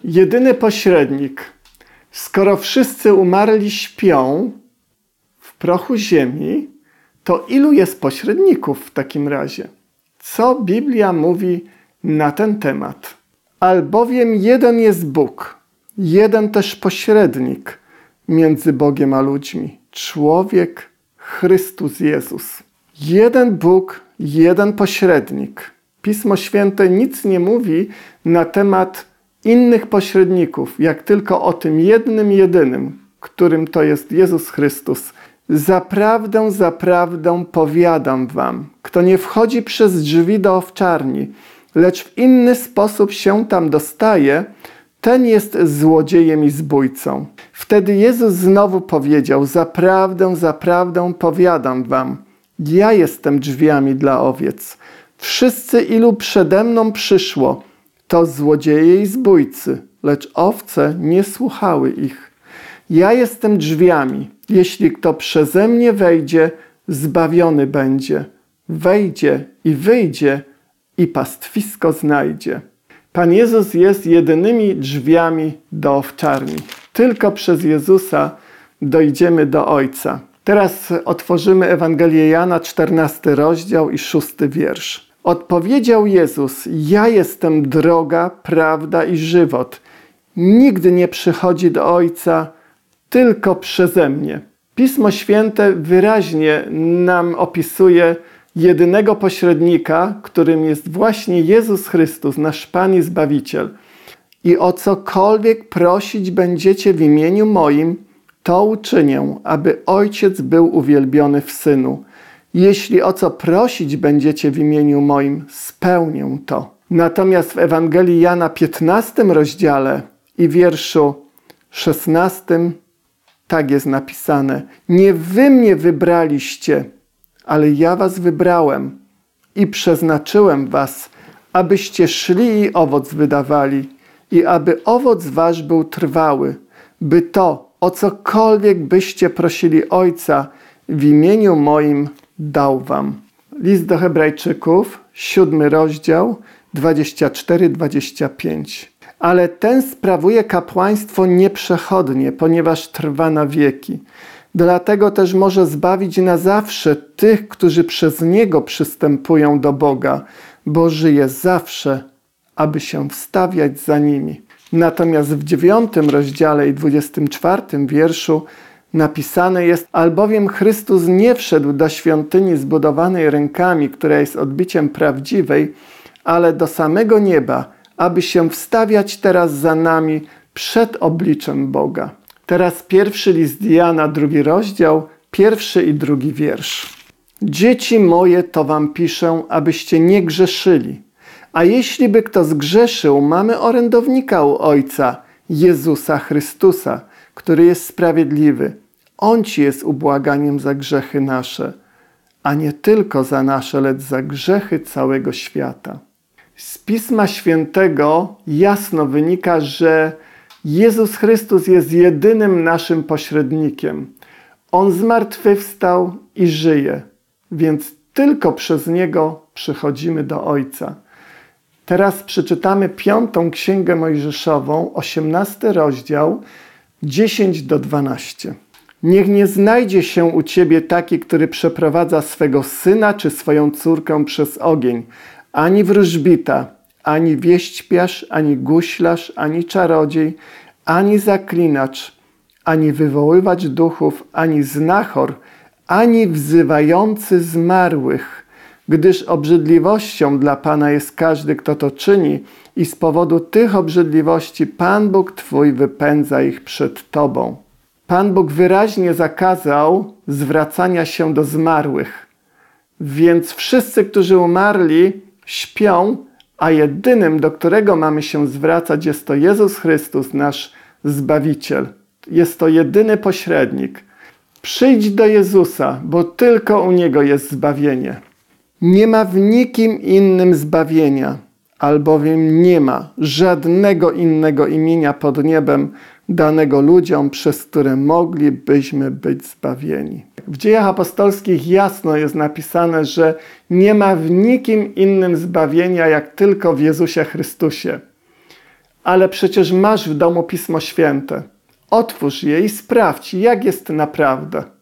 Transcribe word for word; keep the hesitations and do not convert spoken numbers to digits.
Jedyny pośrednik. Skoro wszyscy umarli śpią w prochu ziemi, to ilu jest pośredników w takim razie? Co Biblia mówi na ten temat? Albowiem jeden jest Bóg, jeden też pośrednik między Bogiem a ludźmi. Człowiek Chrystus Jezus. Jeden Bóg, jeden pośrednik. Pismo Święte nic nie mówi na temat innych pośredników, jak tylko o tym jednym, jedynym, którym to jest Jezus Chrystus. Zaprawdę, zaprawdę powiadam wam, kto nie wchodzi przez drzwi do owczarni, lecz w inny sposób się tam dostaje, ten jest złodziejem i zbójcą. Wtedy Jezus znowu powiedział, zaprawdę, zaprawdę powiadam wam, ja jestem drzwiami dla owiec. Wszyscy, ilu przede mną przyszło, to złodzieje i zbójcy, lecz owce nie słuchały ich. Ja jestem drzwiami. Jeśli kto przeze mnie wejdzie, zbawiony będzie. Wejdzie i wyjdzie i pastwisko znajdzie. Pan Jezus jest jedynymi drzwiami do owczarni. Tylko przez Jezusa dojdziemy do Ojca. Teraz otworzymy Ewangelię Jana, czternasty rozdział i szósty wiersz. Odpowiedział Jezus, ja jestem droga, prawda i żywot. Nigdy nie przychodzi do Ojca tylko przeze mnie. Pismo Święte wyraźnie nam opisuje jedynego pośrednika, którym jest właśnie Jezus Chrystus, nasz Pan i Zbawiciel. I o cokolwiek prosić będziecie w imieniu moim, to uczynię, aby Ojciec był uwielbiony w Synu. Jeśli o co prosić będziecie w imieniu moim, spełnię to. Natomiast w Ewangelii Jana piętnastym rozdziale i wierszu szesnastym tak jest napisane. Nie wy mnie wybraliście, ale ja was wybrałem i przeznaczyłem was, abyście szli i owoc wydawali i aby owoc wasz był trwały, by to, o cokolwiek byście prosili Ojca w imieniu moim, dał wam. List do Hebrajczyków, siódmy rozdział, dwadzieścia cztery dwadzieścia pięć. Ale ten sprawuje kapłaństwo nieprzechodnie, ponieważ trwa na wieki. Dlatego też może zbawić na zawsze tych, którzy przez Niego przystępują do Boga, bo żyje zawsze, aby się wstawiać za nimi. Natomiast w dziewiątym rozdziale i dwudziestym czwartym wierszu napisane jest, albowiem Chrystus nie wszedł do świątyni zbudowanej rękami, która jest odbiciem prawdziwej, ale do samego nieba, aby się wstawiać teraz za nami przed obliczem Boga. Teraz pierwszy list Jana, drugi rozdział, pierwszy i drugi wiersz. Dzieci moje, to wam piszę, abyście nie grzeszyli. A jeśli by kto zgrzeszył, mamy orędownika u Ojca, Jezusa Chrystusa, który jest sprawiedliwy. On ci jest ubłaganiem za grzechy nasze, a nie tylko za nasze, lecz za grzechy całego świata. Z Pisma Świętego jasno wynika, że Jezus Chrystus jest jedynym naszym pośrednikiem. On zmartwychwstał i żyje, więc tylko przez Niego przychodzimy do Ojca. Teraz przeczytamy piątą Księgę Mojżeszową, osiemnasty rozdział, dziesięć do dwunastu. Niech nie znajdzie się u ciebie taki, który przeprowadza swego syna czy swoją córkę przez ogień, ani wróżbita, ani wieśćpiarz, ani guślarz, ani czarodziej, ani zaklinacz, ani wywoływacz duchów, ani znachor, ani wzywający zmarłych, gdyż obrzydliwością dla Pana jest każdy, kto to czyni i z powodu tych obrzydliwości Pan Bóg Twój wypędza ich przed Tobą. Pan Bóg wyraźnie zakazał zwracania się do zmarłych, więc wszyscy, którzy umarli, śpią, a jedynym, do którego mamy się zwracać, jest to Jezus Chrystus, nasz Zbawiciel. Jest to jedyny pośrednik. Przyjdź do Jezusa, bo tylko u Niego jest zbawienie. Nie ma w nikim innym zbawienia, albowiem nie ma żadnego innego imienia pod niebem danego ludziom, przez które moglibyśmy być zbawieni. W Dziejach Apostolskich jasno jest napisane, że nie ma w nikim innym zbawienia, jak tylko w Jezusie Chrystusie. Ale przecież masz w domu Pismo Święte. Otwórz je i sprawdź, jak jest naprawdę.